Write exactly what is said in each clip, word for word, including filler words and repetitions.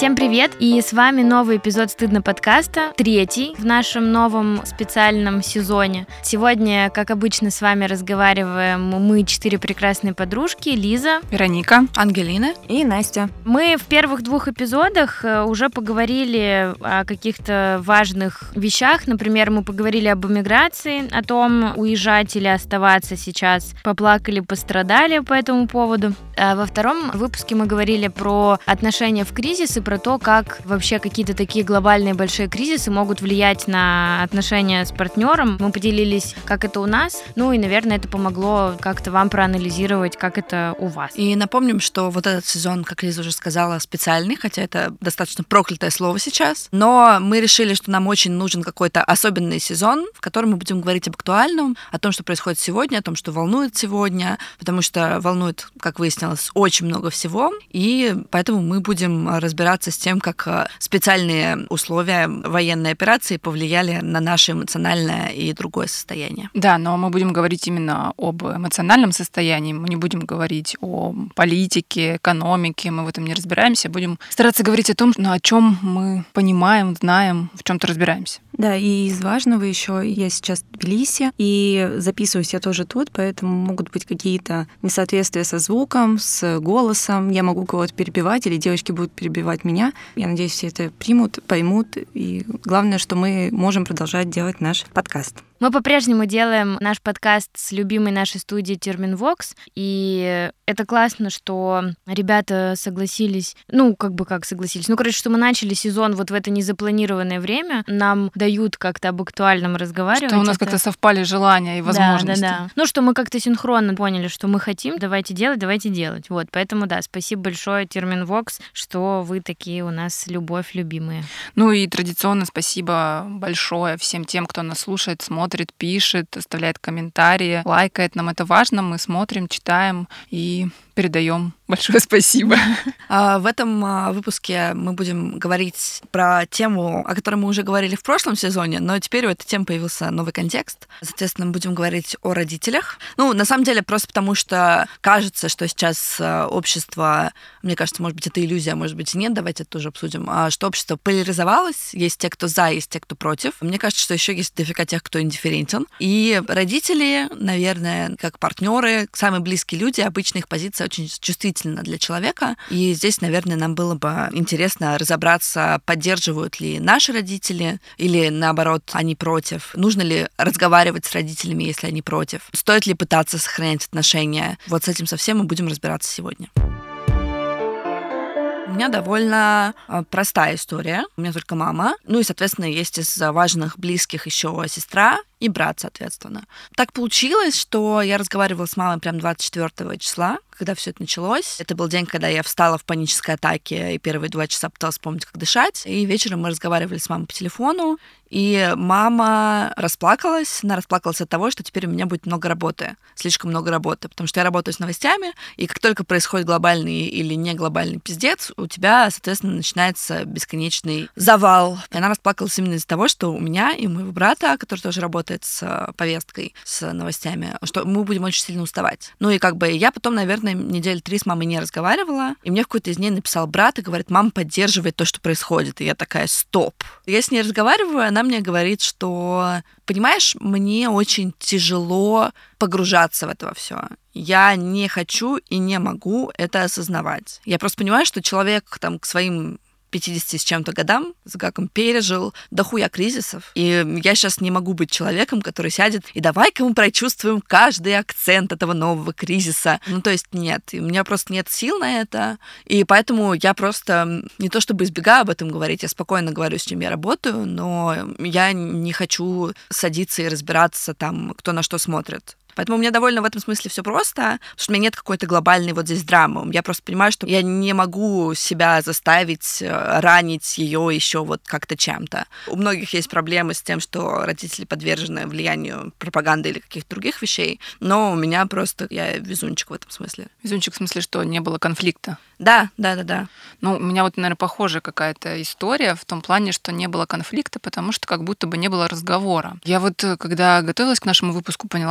Всем привет! И с вами новый эпизод «Стыдно» подкаста, третий в нашем новом специальном сезоне. Сегодня, как обычно, с вами разговариваем мы, четыре прекрасные подружки: Лиза, Вероника, Ангелина и Настя. Мы в первых двух эпизодах уже поговорили о каких-то важных вещах. Например, мы поговорили об эмиграции, о том, уезжать или оставаться сейчас. Поплакали, пострадали по этому поводу. А во втором выпуске мы говорили про отношения в кризис и про то, как вообще какие-то такие глобальные большие кризисы могут влиять на отношения с партнером. Мы поделились, как это у нас, ну и, наверное, это помогло как-то вам проанализировать, как это у вас. И напомним, что вот этот сезон, как Лиза уже сказала, специальный, хотя это достаточно проклятое слово сейчас, но мы решили, что нам очень нужен какой-то особенный сезон, в котором мы будем говорить об актуальном, о том, что происходит сегодня, о том, что волнует сегодня, потому что волнует, как выяснилось, очень много всего, и поэтому мы будем разбираться с тем, как специальные условия военной операции повлияли на наше эмоциональное и другое состояние. Да, но мы будем говорить именно об эмоциональном состоянии, мы не будем говорить о политике, экономике, мы в этом не разбираемся, будем стараться говорить о том, ну, о чем мы понимаем, знаем, в чем-то разбираемся. Да, и из важного еще я сейчас в Тбилиси, и записываюсь я тоже тут, поэтому могут быть какие-то несоответствия со звуком, с голосом. Я могу кого-то перебивать, или девочки будут перебивать меня. Я надеюсь, все это примут, поймут. И главное, что мы можем продолжать делать наш подкаст. Мы по-прежнему делаем наш подкаст с любимой нашей студией Терминвокс, и это классно, что ребята согласились, ну, как бы как согласились, ну, короче, что мы начали сезон вот в это незапланированное время, нам дают как-то об актуальном разговаривать. Что у нас это... как-то совпали желания и возможности. Да, да, да. Ну, что мы как-то синхронно поняли, что мы хотим, давайте делать, давайте делать. Вот, поэтому, да, спасибо большое, Терминвокс, что вы такие у нас любовь любимые. Ну и традиционно спасибо большое всем тем, кто нас слушает, смотрит, пишет, оставляет комментарии, лайкает. Нам это важно, мы смотрим, читаем и передаем большое спасибо. В этом выпуске мы будем говорить про тему, о которой мы уже говорили в прошлом сезоне, но теперь у этой темы появился новый контекст. Соответственно, мы будем говорить о родителях. Ну, на самом деле, просто потому что кажется, что сейчас общество, мне кажется, может быть, это иллюзия, может быть, и нет, давайте это тоже обсудим, что общество поляризовалось, есть те, кто за, есть те, кто против. Мне кажется, что еще есть дофига тех, кто индифферентен. И родители, наверное, как партнеры, самые близкие люди, обычно их позиция очень чувствительна для человека. И здесь, наверное, нам было бы интересно разобраться, поддерживают ли наши родители или, наоборот, они против. Нужно ли разговаривать с родителями, если они против? Стоит ли пытаться сохранять отношения? Вот с этим совсем мы будем разбираться сегодня. У меня довольно простая история. У меня только мама. Ну и, соответственно, есть из важных близких еще сестра и брат, соответственно. Так получилось, что я разговаривала с мамой прям двадцать четвёртого числа, когда все это началось. Это был день, когда я встала в панической атаке и первые два часа пыталась вспомнить, как дышать. И вечером мы разговаривали с мамой по телефону, и мама расплакалась. Она расплакалась от того, что теперь у меня будет много работы, слишком много работы, потому что я работаю с новостями, и как только происходит глобальный или не глобальный пиздец, у тебя, соответственно, начинается бесконечный завал. И она расплакалась именно из-за того, что у меня и у моего брата, который тоже работает с повесткой, с новостями, что мы будем очень сильно уставать. Ну и как бы я потом, наверное, недели три с мамой не разговаривала, и мне в какой-то из дней написал брат и говорит: мама поддерживает то, что происходит. И я такая: стоп. Я с ней разговариваю, она мне говорит, что, понимаешь, мне очень тяжело погружаться в это все. Я не хочу и не могу это осознавать. Я просто понимаю, что человек там к своим пятидесяти с чем-то годам, за каком пережил дохуя кризисов. И я сейчас не могу быть человеком, который сядет и давай-ка мы прочувствуем каждый акцент этого нового кризиса. Ну, то есть нет. И у меня просто нет сил на это. И поэтому я просто не то чтобы избегаю об этом говорить, я спокойно говорю, с чем я работаю, но я не хочу садиться и разбираться там, кто на что смотрит. Поэтому у меня довольно в этом смысле все просто, потому что у меня нет какой-то глобальной вот здесь драмы. Я просто понимаю, что я не могу себя заставить ранить ее еще вот как-то чем-то. У многих есть проблемы с тем, что родители подвержены влиянию пропаганды или каких-то других вещей, но у меня просто, я везунчик в этом смысле. Везунчик в смысле, что не было конфликта? Да, да, да, да. Ну, у меня вот, наверное, похожая какая-то история в том плане, что не было конфликта, потому что как будто бы не было разговора. Я вот, когда готовилась к нашему выпуску, поняла, что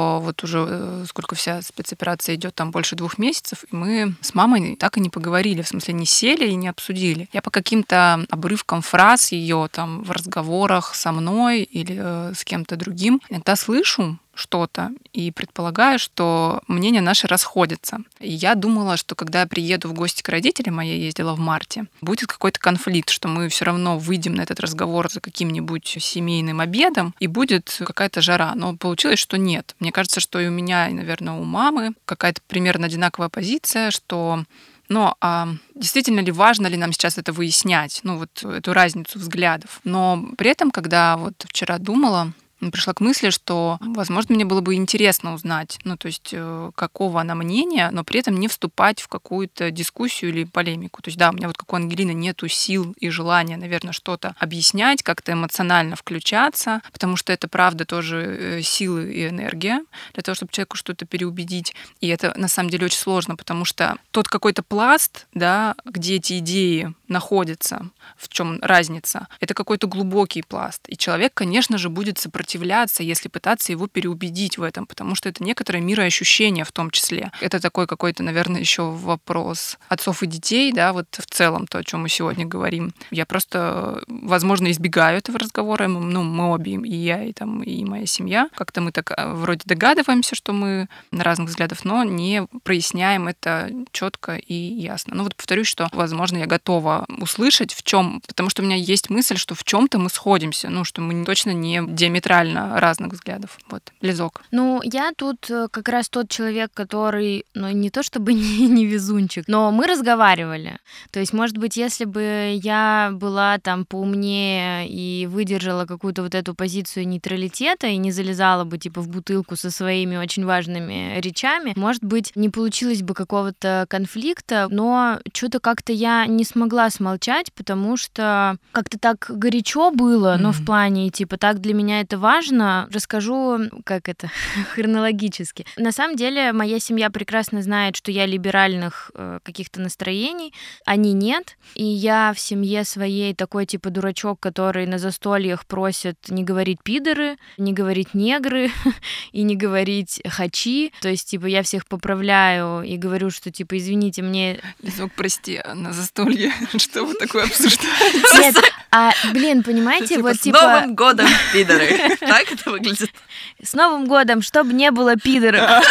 что вот уже сколько вся спецоперация идет, там больше двух месяцев, и мы с мамой так и не поговорили, в смысле не сели и не обсудили. Я по каким-то обрывкам фраз ее там в разговорах со мной или э, с кем-то другим иногда слышу что-то и предполагаю, что мнения наши расходятся. И я думала, что когда я приеду в гости к родителям, а я ездила в марте, будет какой-то конфликт, что мы все равно выйдем на этот разговор за каким-нибудь семейным обедом, и будет какая-то жара. Но получилось, что нет. Мне кажется, что и у меня, и, наверное, у мамы какая-то примерно одинаковая позиция, что но а действительно ли важно ли нам сейчас это выяснять, ну вот эту разницу взглядов. Но при этом, когда вот вчера думала, пришла к мысли, что, возможно, мне было бы интересно узнать, ну, то есть, какого она мнения, но при этом не вступать в какую-то дискуссию или полемику. То есть, да, у меня вот как у Ангелины нету сил и желания, наверное, что-то объяснять, как-то эмоционально включаться, потому что это, правда, тоже силы и энергия для того, чтобы человеку что-то переубедить. И это, на самом деле, очень сложно, потому что тот какой-то пласт, да, где эти идеи находятся, в чем разница, это какой-то глубокий пласт. И человек, конечно же, будет сопротивляться, если пытаться его переубедить в этом, потому что это некоторое мироощущение в том числе. Это такой какой-то, наверное, еще вопрос отцов и детей, да, вот в целом то, о чем мы сегодня говорим. Я просто, возможно, избегаю этого разговора. Ну, мы обе, и я, и там, и моя семья. Как-то мы так вроде догадываемся, что мы на разных взглядах, но не проясняем это четко и ясно. Ну вот повторюсь, что, возможно, я готова услышать, в чем, потому что у меня есть мысль, что в чем-то мы сходимся, ну, что мы точно не диаметрально разных взглядов. Вот, Лизок. Ну, я тут как раз тот человек, который, ну, не то чтобы не, не везунчик, но мы разговаривали. То есть, может быть, если бы я была там поумнее и выдержала какую-то вот эту позицию нейтралитета и не залезала бы, типа, в бутылку со своими очень важными речами, может быть, не получилось бы какого-то конфликта, но что-то как-то я не смогла смолчать, потому что как-то так горячо было, mm-hmm. но в плане, типа, так для меня это важно. Расскажу, как это, хронологически. На самом деле, моя семья прекрасно знает, что я либеральных э, каких-то настроений, они нет. И я в семье своей такой, типа, дурачок, который на застольях просит не говорить пидоры, не говорить негры и не говорить хачи. То есть, типа, я всех поправляю и говорю, что, типа, извините, мне... Лизок, прости, на застолье что вы такое обсуждаете? Нет, а, блин, понимаете, вот, типа... С Новым годом, пидоры! Так это выглядит? С Новым годом, чтобы не было пидоров.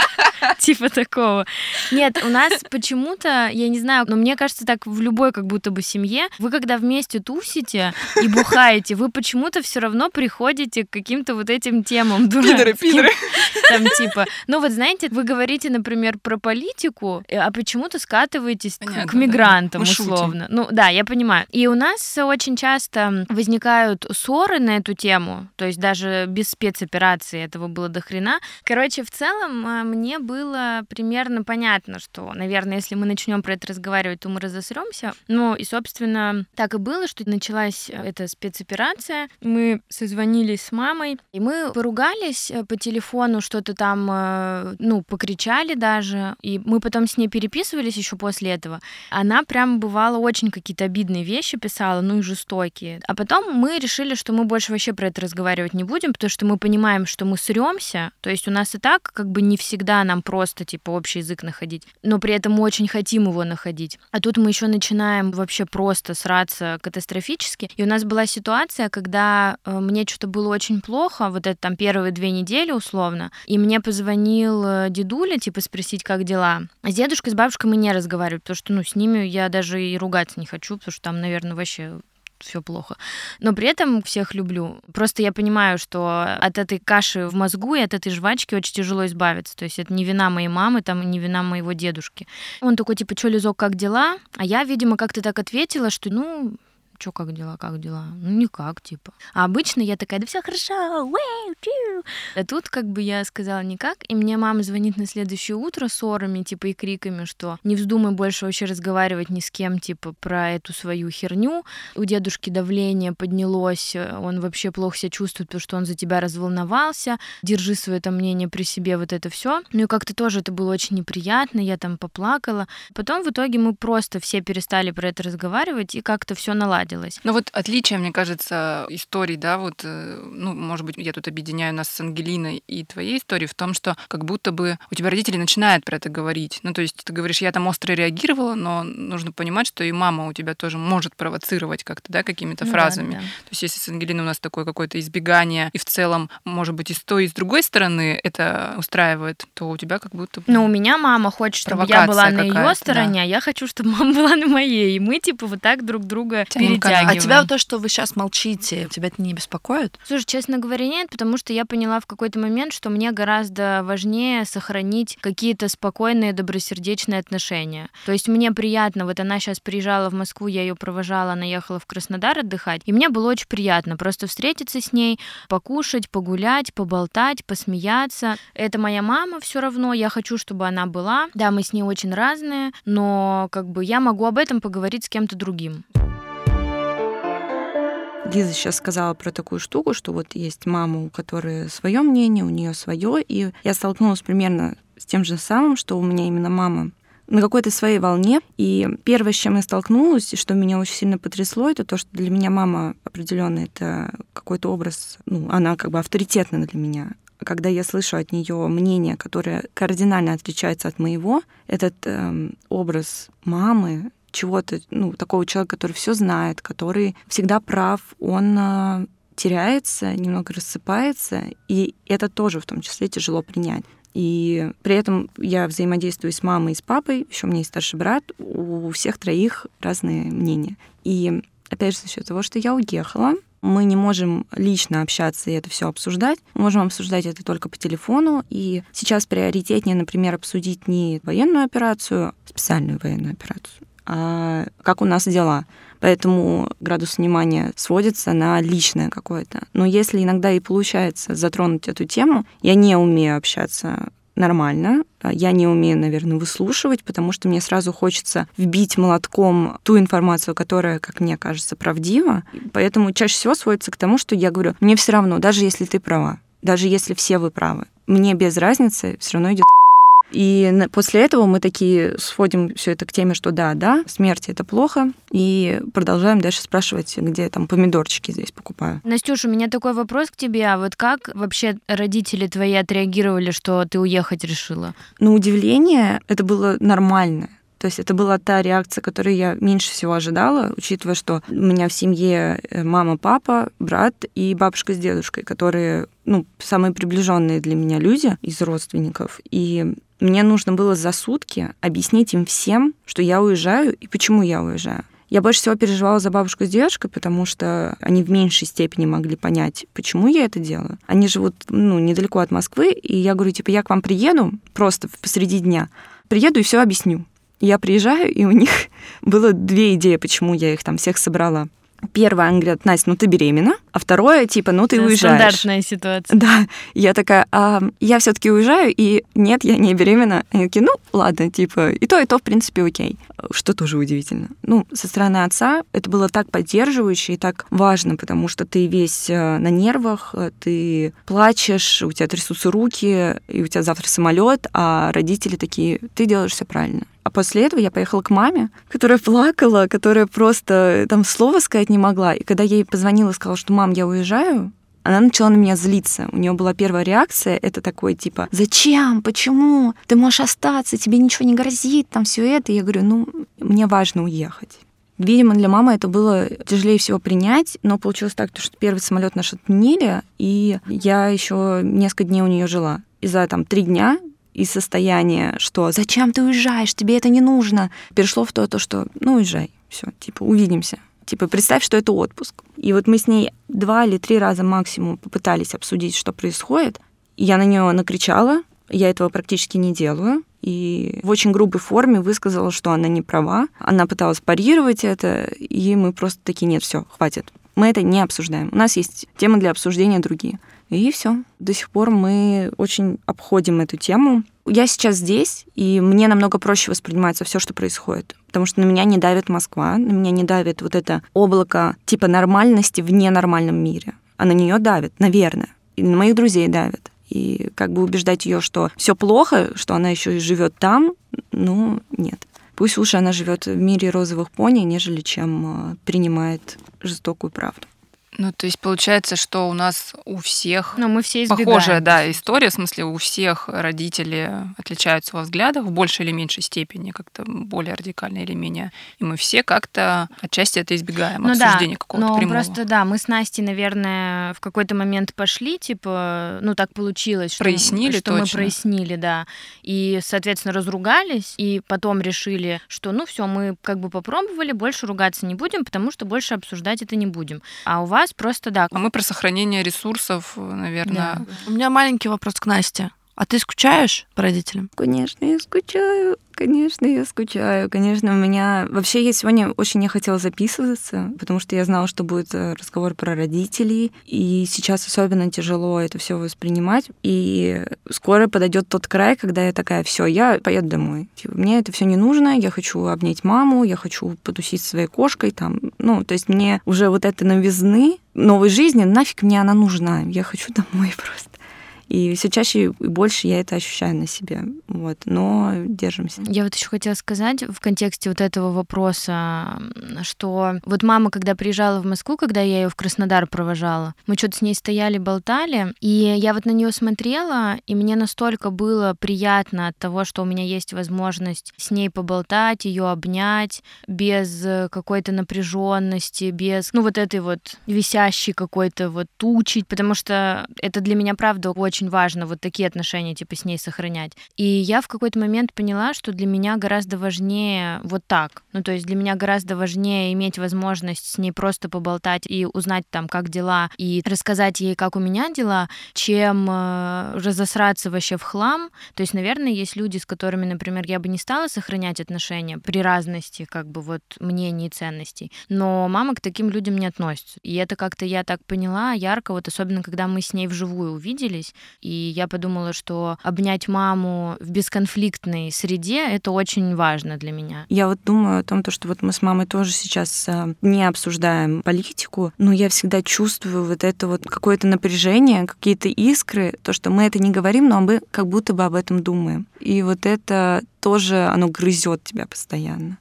Типа такого. Нет, у нас почему-то, я не знаю, но мне кажется, так в любой как будто бы семье, вы когда вместе тусите и бухаете, вы почему-то все равно приходите к каким-то вот этим темам дурацким. Пидоры, пидоры. Там типа, ну вот знаете, вы говорите, например, про политику, а почему-то скатываетесь Понятно, к мигрантам, да. условно. Ну да, я понимаю. И у нас очень часто возникают ссоры на эту тему, то есть даже без спецоперации этого было до хрена. Короче, в целом мне было примерно понятно, что, наверное, если мы начнем про это разговаривать, то мы разосремся. Ну и, собственно, так и было, что началась эта спецоперация. Мы созвонились с мамой, и мы поругались по телефону, что-то там, ну, покричали даже. И мы потом с ней переписывались еще после этого. Она прям, бывало, очень какие-то обидные вещи писала, ну и жестокие. А потом мы решили, что мы больше вообще про это разговаривать не будем, потому что мы понимаем, что мы срёмся. То есть у нас и так как бы не всегда нам просто, типа, общий язык находить, но при этом мы очень хотим его находить. А тут мы еще начинаем вообще просто сраться катастрофически. И у нас была ситуация, когда э, мне что-то было очень плохо, вот это там первые две недели условно, и мне позвонил дедуля, типа, спросить, как дела. А с дедушкой, с бабушкой мы не разговаривали, потому что, ну, с ними я даже и ругаться не хочу, потому что там, наверное, вообще... все плохо. Но при этом всех люблю. Просто я понимаю, что от этой каши в мозгу и от этой жвачки очень тяжело избавиться. То есть это не вина моей мамы, там, не вина моего дедушки. Он такой, типа, чё, Лизок, как дела? А я, видимо, как-то так ответила, что, ну... Чё, как дела, как дела? Ну, никак, типа. А обычно я такая, да все хорошо, уэй, чу. А тут как бы я сказала никак, и мне мама звонит на следующее утро с ссорами, типа, и криками, что не вздумай больше вообще разговаривать ни с кем, типа, про эту свою херню. У дедушки давление поднялось, он вообще плохо себя чувствует, потому что он за тебя разволновался, держи свое там мнение при себе, вот это все. Ну и как-то тоже это было очень неприятно, я там поплакала. Потом в итоге мы просто все перестали про это разговаривать, и как-то все наладилось. наладилось. Ну вот отличие, мне кажется, историй, да, вот, ну, может быть, я тут объединяю нас с Ангелиной и твоей историей в том, что как будто бы у тебя родители начинают про это говорить. Ну, то есть ты говоришь, я там остро реагировала, но нужно понимать, что и мама у тебя тоже может провоцировать как-то, да, какими-то Ну фразами. да, да. То есть если с Ангелиной у нас такое какое-то избегание, и в целом, может быть, и с той, и с другой стороны это устраивает, то у тебя как будто... Но у меня мама хочет, чтобы я была на ее стороне, да. А я хочу, чтобы мама была на моей. И мы, типа, вот так друг друга перетягиваем. А тебя то, что вы сейчас молчите, тебя это не беспокоит? Слушай, честно говоря, нет, потому что я поняла в какой-то момент, что мне гораздо важнее сохранить какие-то спокойные, добросердечные отношения. То есть мне приятно, вот она сейчас приезжала в Москву, я ее провожала, она ехала в Краснодар отдыхать, и мне было очень приятно просто встретиться с ней, покушать, погулять, поболтать, посмеяться. Это моя мама все равно, я хочу, чтобы она была. Да, мы с ней очень разные, но как бы я могу об этом поговорить с кем-то другим. Лиза сейчас сказала про такую штуку, что вот есть мама, у которой свое мнение, у нее свое, и я столкнулась примерно с тем же самым, что у меня именно мама на какой-то своей волне. И первое, с чем я столкнулась, и что меня очень сильно потрясло, это то, что для меня мама определенно это какой-то образ, ну, она как бы авторитетна для меня. Когда я слышу от нее мнение, которое кардинально отличается от моего, этот э, образ мамы, чего-то, ну, такого человека, который все знает, который всегда прав, он э, теряется, немного рассыпается, и это тоже в том числе тяжело принять. И при этом я взаимодействую с мамой и с папой, еще у меня есть старший брат, у всех троих разные мнения. И опять же, за счет того, что я уехала, мы не можем лично общаться и это все обсуждать. Мы можем обсуждать это только по телефону. И сейчас приоритетнее, например, обсудить не военную операцию, специальную военную операцию, а как у нас дела. Поэтому градус внимания сводится на личное какое-то. Но если иногда и получается затронуть эту тему, я не умею общаться нормально. Я не умею, наверное, выслушивать, потому что мне сразу хочется вбить молотком ту информацию, которая, как мне кажется, правдива. Поэтому чаще всего сводится к тому, что я говорю, мне все равно, даже если ты права, даже если все вы правы, мне без разницы, все равно идет. И после этого мы такие сводим все это к теме, что да, да, смерть — это плохо, и продолжаем дальше спрашивать, где там помидорчики здесь покупаю. Настюш, у меня такой вопрос к тебе. А вот как вообще родители твои отреагировали, что ты уехать решила? На удивление, это было нормально. То есть это была та реакция, которую я меньше всего ожидала, учитывая, что у меня в семье мама, папа, брат и бабушка с дедушкой, которые, ну, самые приближенные для меня люди из родственников. И мне нужно было за сутки объяснить им всем, что я уезжаю и почему я уезжаю. Я больше всего переживала за бабушку с дедушкой, потому что они в меньшей степени могли понять, почему я это делаю. Они живут, ну, недалеко от Москвы, и я говорю, типа, я к вам приеду просто посреди дня, приеду и все объясню. Я приезжаю, и у них было две идеи, почему я их там всех собрала. Первое, они говорят, Настя, ну ты беременна, а второе, типа, ну ты это уезжаешь. Стандартная ситуация. Да, я такая, а, я все-таки уезжаю, и нет, я не беременна. Они такие, ну ладно, типа, и то, и то, в принципе, окей. Что тоже удивительно. Ну, со стороны отца это было так поддерживающе и так важно, потому что ты весь на нервах, ты плачешь, у тебя трясутся руки, и у тебя завтра самолет, а родители такие, ты делаешь все правильно. А после этого я поехала к маме, которая плакала, которая просто там слова сказать не могла. И когда я ей позвонила и сказала, что мам, я уезжаю, она начала на меня злиться. У нее была первая реакция, это такой типа, зачем, почему, ты можешь остаться, тебе ничего не грозит, там все это. И я говорю, ну, мне важно уехать. Видимо, для мамы это было тяжелее всего принять, но получилось так, что первый самолет наш отменили, и я еще несколько дней у нее жила. И за там три дня из состояния, что «зачем ты уезжаешь, тебе это не нужно», перешло в то, то что «ну, уезжай, все, типа, увидимся». Типа, представь, что это отпуск. И вот мы с ней два или три раза максимум попытались обсудить, что происходит. Я на нее накричала, я этого практически не делаю. И в очень грубой форме высказала, что она не права. Она пыталась парировать это, и мы просто такие, нет, все, хватит. Мы это не обсуждаем. У нас есть темы для обсуждения другие. И все. До сих пор мы очень обходим эту тему. Я сейчас здесь, и мне намного проще воспринимается все, что происходит. Потому что на меня не давит Москва, на меня не давит вот это облако типа нормальности в ненормальном мире. А на нее давит, наверное. И на моих друзей давит. И как бы убеждать ее, что все плохо, что она еще и живет там, ну, нет. пусть лучше она живет в мире розовых пони, нежели чем принимает жестокую правду. Ну, то есть получается, что у нас у всех Но мы все избегаем. похожая, да, история, в смысле, у всех родители отличаются во взглядах в большей или меньшей степени, как-то более радикально или менее. И мы все как-то отчасти это избегаем, ну обсуждения да, какого-то но прямого. Просто, да, мы с Настей, наверное, в какой-то момент пошли, типа, ну, так получилось, что, прояснили что мы точно. прояснили, да, и, соответственно, разругались, и потом решили, что, ну, все, мы как бы попробовали, больше ругаться не будем, потому что больше обсуждать это не будем. А у вас просто, да. А мы про сохранение ресурсов, наверное. Да. У меня маленький вопрос к Насте. А ты скучаешь по родителям? Конечно, я скучаю. Конечно, я скучаю. Конечно, у меня... Вообще, я сегодня очень не хотела записываться, потому что я знала, что будет разговор про родителей. И сейчас особенно тяжело это все воспринимать. И скоро подойдет тот край, когда я такая: все, я поеду домой. Типа, мне это все не нужно, я хочу обнять маму, я хочу потусить со своей кошкой. Там. Ну, то есть мне уже вот этой новизны, новой жизни, нафиг мне она нужна. Я хочу домой просто. И все чаще и больше я это ощущаю на себе. Вот. Но держимся. Я вот еще хотела сказать в контексте вот этого вопроса, что вот мама, когда приезжала в Москву, когда я ее в Краснодар провожала, мы что-то с ней стояли, болтали, и я вот на нее смотрела, и мне настолько было приятно от того, что у меня есть возможность с ней поболтать, ее обнять, без какой-то напряженности, без, ну, вот этой вот висящей какой-то вот тучи, потому что это для меня, правда, очень очень важно вот такие отношения типа с ней сохранять. И я в какой-то момент поняла, что для меня гораздо важнее вот так. Ну, то есть для меня гораздо важнее иметь возможность с ней просто поболтать и узнать там, как дела, и рассказать ей, как у меня дела, чем э, разосраться вообще в хлам. То есть, наверное, есть люди, с которыми, например, я бы не стала сохранять отношения при разности как бы вот мнений и ценностей. Но мама к таким людям не относится. И это как-то я так поняла ярко, вот особенно когда мы с ней вживую увиделись. И я подумала, что обнять маму в бесконфликтной среде — это очень важно для меня. Я вот думаю о том, что вот мы с мамой тоже сейчас не обсуждаем политику, но я всегда чувствую вот это вот какое-то напряжение, какие-то искры, то, что мы это не говорим, но мы как будто бы об этом думаем. И вот это тоже, оно грызет тебя постоянно.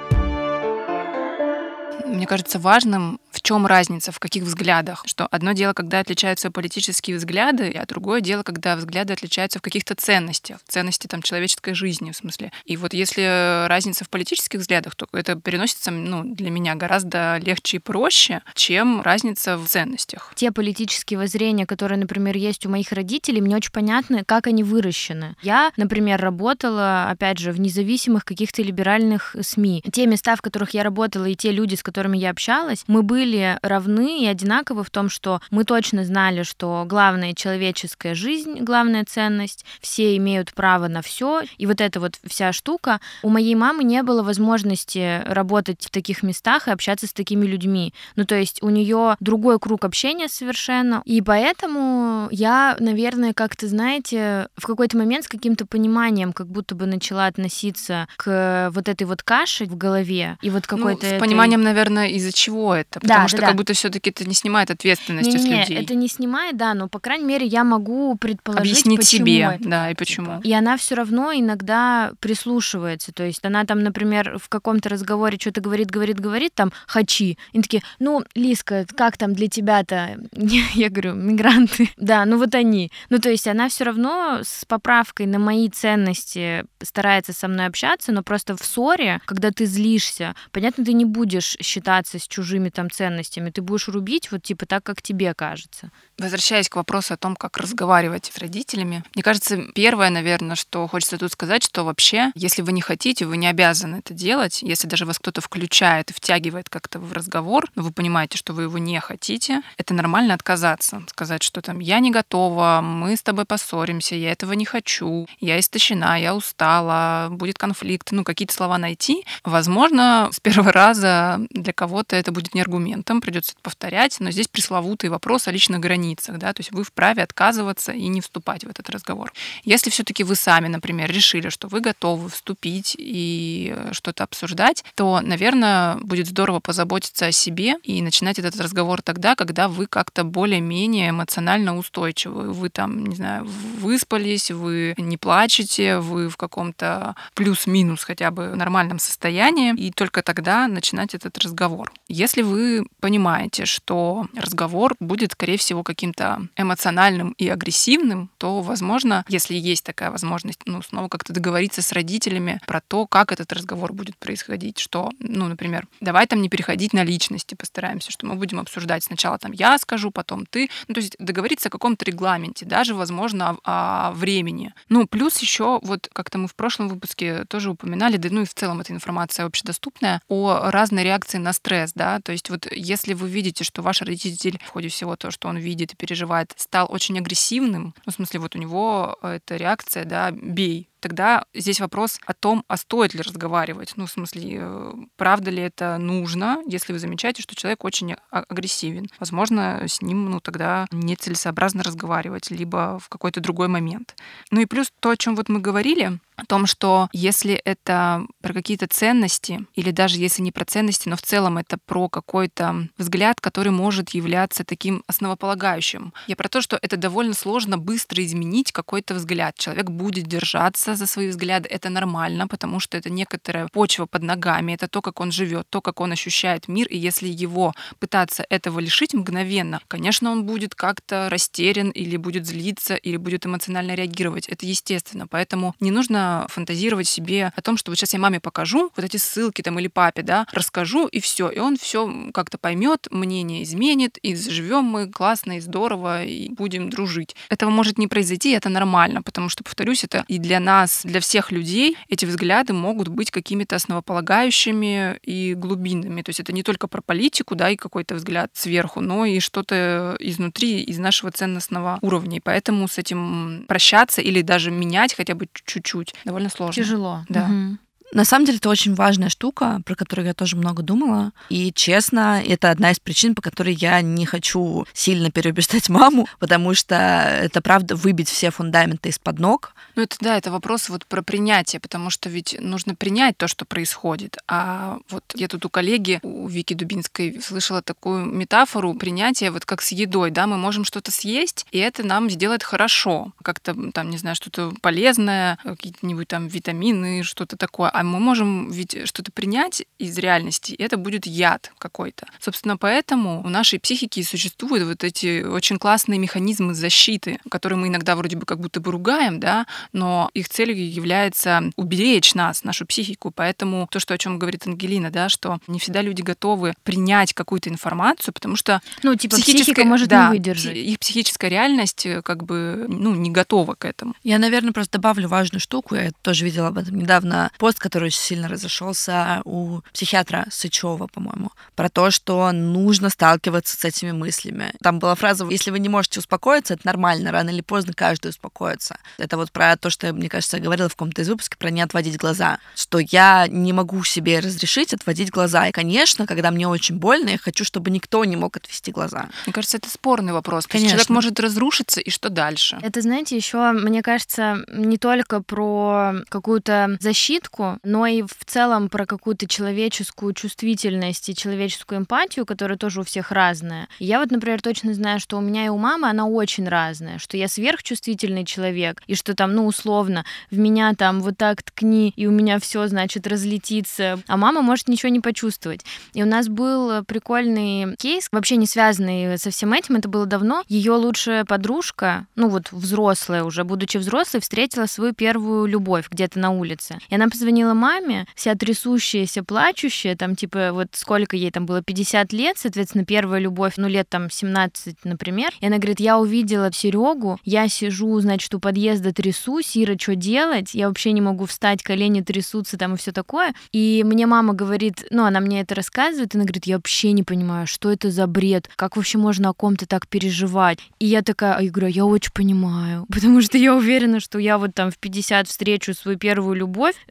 Мне кажется важным, в чем разница, в каких взглядах. Что одно дело, когда отличаются политические взгляды, а другое дело, когда взгляды отличаются в каких-то ценностях, ценности там, человеческой жизни, в смысле. И вот если разница в политических взглядах, то это переносится, ну, для меня гораздо легче и проще, чем разница в ценностях. Те политические воззрения, которые, например, есть у моих родителей, мне очень понятно, как они выращены. Я, например, работала, опять же, в независимых каких-то либеральных СМИ. Те места, в которых я работала, и те люди, с которыми которыми я общалась, мы были равны и одинаковы в том, что мы точно знали, что главная человеческая жизнь, главная ценность, все имеют право на все, и вот эта вот вся штука. У моей мамы не было возможности работать в таких местах и общаться с такими людьми. Ну, то есть у нее другой круг общения совершенно, и поэтому я, наверное, как-то, знаете, в какой-то момент с каким-то пониманием как будто бы начала относиться к вот этой вот каше в голове, и вот какой-то... Ну, с этой... пониманием, наверное, из-за чего это? Потому да, что да, как да. будто все-таки это не снимает ответственности не, с не, людей. Это не снимает, да, но, по крайней мере, я могу предположить, объяснить почему себе, это, да, и почему. И она все равно иногда прислушивается. То есть она там, например, в каком-то разговоре что-то говорит, говорит, говорит, там, хачи. И такие, ну, Лизка, как там для тебя-то? Я говорю, мигранты. Да, ну вот они. Ну, то есть она все равно с поправкой на мои ценности старается со мной общаться, но просто в ссоре, когда ты злишься, понятно, ты не будешь считаться с чужими там ценностями, ты будешь рубить вот типа так, как тебе кажется. Возвращаясь к вопросу о том, как разговаривать с родителями, мне кажется, первое, наверное, что хочется тут сказать, что вообще, если вы не хотите, вы не обязаны это делать. Если даже вас кто-то включает и втягивает как-то в разговор, но вы понимаете, что вы его не хотите, это нормально отказаться. Сказать, что там я не готова, мы с тобой поссоримся, я этого не хочу, я истощена, я устала, будет конфликт, ну, какие-то слова найти. Возможно, с первого раза для кого-то это будет не аргумент. моментом, придется это повторять, но здесь пресловутый вопрос о личных границах, да, то есть вы вправе отказываться и не вступать в этот разговор. Если все-таки вы сами, например, решили, что вы готовы вступить и что-то обсуждать, то, наверное, будет здорово позаботиться о себе и начинать этот разговор тогда, когда вы как-то более-менее эмоционально устойчивы. Вы там, не знаю, выспались, вы не плачете, вы в каком-то плюс-минус хотя бы нормальном состоянии, и только тогда начинать этот разговор. Если вы понимаете, что разговор будет, скорее всего, каким-то эмоциональным и агрессивным, то, возможно, если есть такая возможность, ну, снова как-то договориться с родителями про то, как этот разговор будет происходить, что, ну, например, давай там не переходить на личности, постараемся, что мы будем обсуждать сначала там я скажу, потом ты, ну, то есть договориться о каком-то регламенте, даже, возможно, о, о времени. Ну, плюс еще вот как-то мы в прошлом выпуске тоже упоминали, да, ну и в целом эта информация общедоступная, о разной реакции на стресс, да, то есть вот если вы видите, что ваш родитель в ходе всего того, что он видит и переживает, стал очень агрессивным, ну, в смысле, вот у него эта реакция, да, бей, тогда здесь вопрос о том, а стоит ли разговаривать. Ну, в смысле, правда ли это нужно, если вы замечаете, что человек очень агрессивен. Возможно, с ним, ну, тогда нецелесообразно разговаривать, либо в какой-то другой момент. Ну и плюс то, о чем вот мы говорили, о том, что если это про какие-то ценности, или даже если не про ценности, но в целом это про какой-то взгляд, который может являться таким основополагающим. Я про то, что это довольно сложно быстро изменить какой-то взгляд. Человек будет держаться за свои взгляды, это нормально, потому что это некоторая почва под ногами, это то, как он живет, то, как он ощущает мир, и если его пытаться этого лишить мгновенно, конечно, он будет как-то растерян, или будет злиться, или будет эмоционально реагировать. Это естественно, поэтому не нужно фантазировать себе о том, что вот сейчас я маме покажу вот эти ссылки там или папе, да, расскажу, и все, и он все как-то поймет, мнение изменит, и заживем мы классно и здорово, и будем дружить. Этого может не произойти, и это нормально, потому что, повторюсь, это и для нас, для всех людей эти взгляды могут быть какими-то основополагающими и глубинными. То есть это не только про политику, да, и какой-то взгляд сверху, но и что-то изнутри, из нашего ценностного уровня. И поэтому с этим прощаться или даже менять хотя бы чуть-чуть довольно сложно. Тяжело. Да. Угу. На самом деле это очень важная штука, про которую я тоже много думала. И, честно, это одна из причин, по которой я не хочу сильно переубеждать маму, потому что это, правда, выбить все фундаменты из-под ног. Ну, это да, это вопрос вот про принятие, потому что ведь нужно принять то, что происходит. А вот я тут у коллеги, у Вики Дубинской, слышала такую метафору принятия, вот как с едой, да, мы можем что-то съесть, и это нам сделает хорошо. Как-то там, не знаю, что-то полезное, какие-нибудь там витамины, что-то такое. А мы можем ведь что-то принять из реальности, и это будет яд какой-то. Собственно, поэтому у нашей психики существуют вот эти очень классные механизмы защиты, которые мы иногда вроде бы как будто бы ругаем, да, но их целью является уберечь нас, нашу психику. Поэтому то, что, о чем говорит Ангелина, да, что не всегда люди готовы принять какую-то информацию, потому что ну, типа, психика может да, не выдержать. Их психическая реальность как бы ну, не готова к этому. Я, наверное, просто добавлю важную штуку. Я тоже видела об этом недавно пост, который очень сильно разошелся у психиатра Сычева, по-моему, про то, что нужно сталкиваться с этими мыслями. Там была фраза: если вы не можете успокоиться, это нормально, рано или поздно каждый успокоится. Это вот про то, что, мне кажется, я говорила в каком-то из выпусков про не отводить глаза, что я не могу себе разрешить отводить глаза. И, конечно, когда мне очень больно, я хочу, чтобы никто не мог отвести глаза. Мне кажется, это спорный вопрос. Конечно. Человек может разрушиться, и что дальше? Это, знаете, еще, мне кажется, не только про какую-то защитку, но и в целом про какую-то человеческую чувствительность и человеческую эмпатию, которая тоже у всех разная. Я вот, например, точно знаю, что у меня и у мамы она очень разная, что я сверхчувствительный человек, и что там, ну, условно, в меня там вот так ткни, и у меня все, значит, разлетится, а мама может ничего не почувствовать. И у нас был прикольный кейс, вообще не связанный со всем этим, это было давно. Ее лучшая подружка, ну вот взрослая уже, будучи взрослой, встретила свою первую любовь где-то на улице. И она позвонила маме, вся трясущаяся, плачущая, там типа вот сколько ей там было, пятьдесят лет, соответственно, первая любовь, ну лет там семнадцать, например. И она говорит: я увидела Серегу, я сижу, значит, у подъезда трясусь, Ира, что делать? Я вообще не могу встать, колени трясутся там и все такое. И мне мама говорит, ну она мне это рассказывает, и она говорит: я вообще не понимаю, что это за бред, как вообще можно о ком-то так переживать? И я такая, я говорю, я очень понимаю, потому что я уверена, что я вот там в пятьдесят встречу свою первую любовь, не дай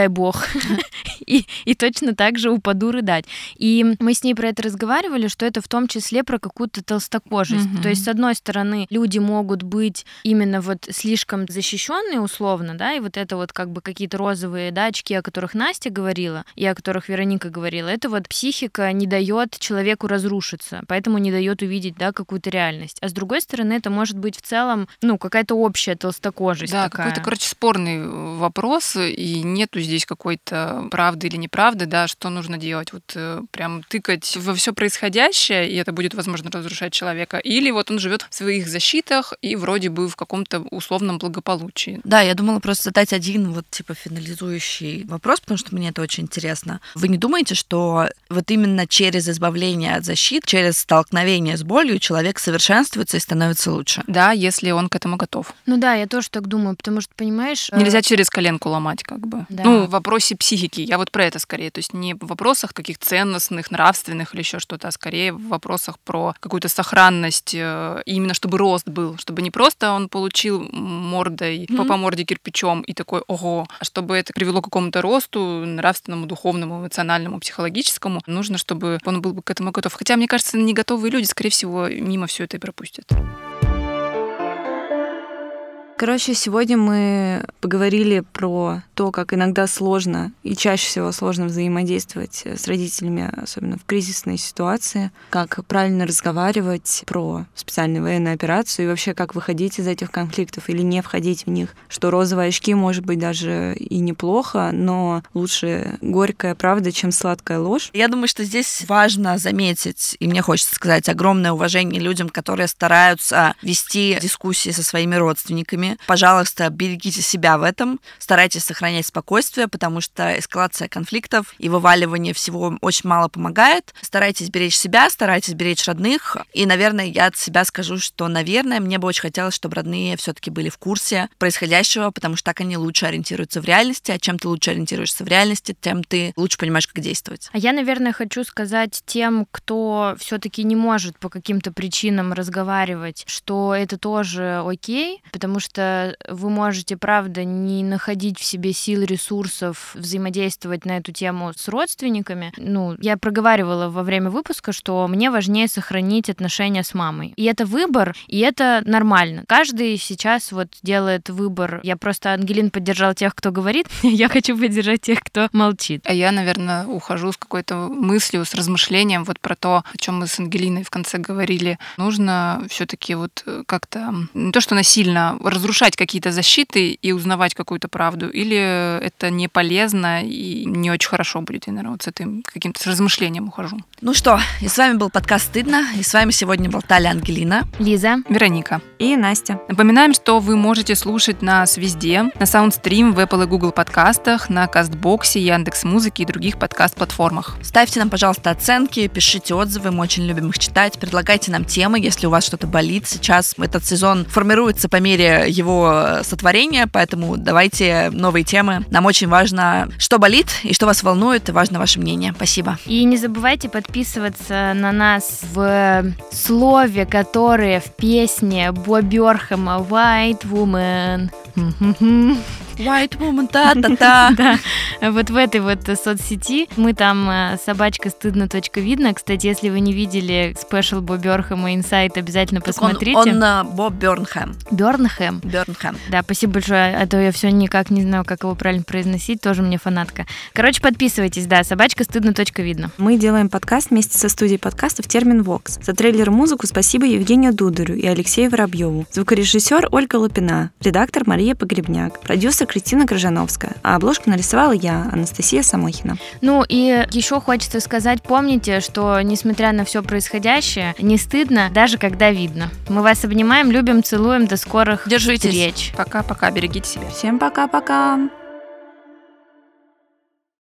дай бог, и, и точно так же упаду рыдать. И мы с ней про это разговаривали, что это в том числе про какую-то толстокожесть. Mm-hmm. То есть, с одной стороны, люди могут быть именно вот слишком защищенные условно, да, и вот это вот как бы какие-то розовые, да, очки, о которых Настя говорила, и о которых Вероника говорила, это вот психика не дает человеку разрушиться, поэтому не дает увидеть, да, какую-то реальность. А с другой стороны, это может быть в целом, ну, какая-то общая толстокожесть да, такая. какой-то, короче, спорный вопрос, и нету здесь какой-то правды или неправды, да, что нужно делать, вот прям тыкать во все происходящее, и это будет, возможно, разрушать человека, или вот он живет в своих защитах и вроде бы в каком-то условном благополучии. Да, я думала просто задать один вот типа финализующий вопрос, потому что мне это очень интересно. Вы не думаете, что вот именно через избавление от защит, через столкновение с болью человек совершенствуется и становится лучше? Да, если он к этому готов. Ну да, я тоже так думаю, потому что, понимаешь... Нельзя через коленку ломать, как бы. Да. Ну, в вопросе психики. Я вот про это скорее. То есть не в вопросах таких ценностных, нравственных или еще что-то, а скорее в вопросах про какую-то сохранность, именно чтобы рост был, чтобы не просто он получил мордой, mm-hmm. по, по морде кирпичом и такой ого, а чтобы это привело к какому-то росту нравственному, духовному, эмоциональному, психологическому, нужно, чтобы он был бы к этому готов. Хотя, мне кажется, не готовые люди, скорее всего, мимо все это и пропустят. Короче, сегодня мы поговорили про то, как иногда сложно и чаще всего сложно взаимодействовать с родителями, особенно в кризисной ситуации, как правильно разговаривать про специальную военную операцию и вообще как выходить из этих конфликтов или не входить в них, что розовые очки может быть даже и неплохо, но лучше горькая правда, чем сладкая ложь. Я думаю, что здесь важно заметить, и мне хочется сказать, огромное уважение людям, которые стараются вести дискуссии со своими родственниками. Пожалуйста, берегите себя в этом, старайтесь сохранять спокойствие, потому что эскалация конфликтов и вываливание всего очень мало помогает. Старайтесь беречь себя, старайтесь беречь родных. И, наверное, я от себя скажу, что, наверное, мне бы очень хотелось, чтобы родные все-таки были в курсе происходящего, потому что так они лучше ориентируются в реальности, а чем ты лучше ориентируешься в реальности, тем ты лучше понимаешь, как действовать. А я, наверное, хочу сказать тем, кто все-таки не может по каким-то причинам разговаривать, что это тоже окей, потому что вы можете, правда, не находить в себе сил, ресурсов взаимодействовать на эту тему с родственниками. Ну, я проговаривала во время выпуска, что мне важнее сохранить отношения с мамой. И это выбор, и это нормально. Каждый сейчас вот делает выбор. Я просто, Ангелин, поддержала тех, кто говорит, я хочу поддержать тех, кто молчит. А я, наверное, ухожу с какой-то мыслью, с размышлением вот про то, о чем мы с Ангелиной в конце говорили. Нужно все-таки вот как-то не то, что насильно разрушать какие-то защиты и узнавать какую-то правду, или это не полезно и не очень хорошо будет. Я, наверное, вот с этим каким-то с размышлением ухожу. Ну что, и с вами был подкаст «Стыдно», и с вами сегодня болтали Ангелина, Лиза, Вероника и Настя. Напоминаем, что вы можете слушать нас везде, на Soundstream, в Apple и Google подкастах, на Кастбоксе, Яндекс.Музыке и других подкаст-платформах. Ставьте нам, пожалуйста, оценки, пишите отзывы, мы очень любим их читать, предлагайте нам темы, если у вас что-то болит. Сейчас этот сезон формируется по мере его сотворения, поэтому давайте новые темы. Нам очень важно, что болит и что вас волнует, и важно ваше мнение. Спасибо. И не забывайте подписываться на нас в слове, которое в песне Бо Бёрхэма «White Woman». White woman, та-та-та. Да, вот в этой вот соцсети. Мы там собачка стыдно точка видно. Кстати, если вы не видели спешл Бо Бёрхэма инсайт, обязательно посмотрите. Он, он Бо Бёрнхэм. Бёрнхэм? Бёрнхэм. Да, спасибо большое. А то я все никак не знаю, как его правильно произносить. Тоже мне фанатка. Короче, подписывайтесь, да, собачка стыдно точка видно. Мы делаем подкаст вместе со студией подкастов Термин Вокс. За трейлер-музыку спасибо Евгению Дударю и Алексею Воробьеву. Звукорежиссер Ольга Лапина. Редактор Мария Погребняк. Продюсер Кристина Крыжановская. А обложку нарисовала я, Анастасия Самохина. Ну и еще хочется сказать, помните, что несмотря на все происходящее, не стыдно, даже когда видно. Мы вас обнимаем, любим, целуем. До скорых Держитесь. встреч. Пока-пока, берегите себя. Всем пока-пока.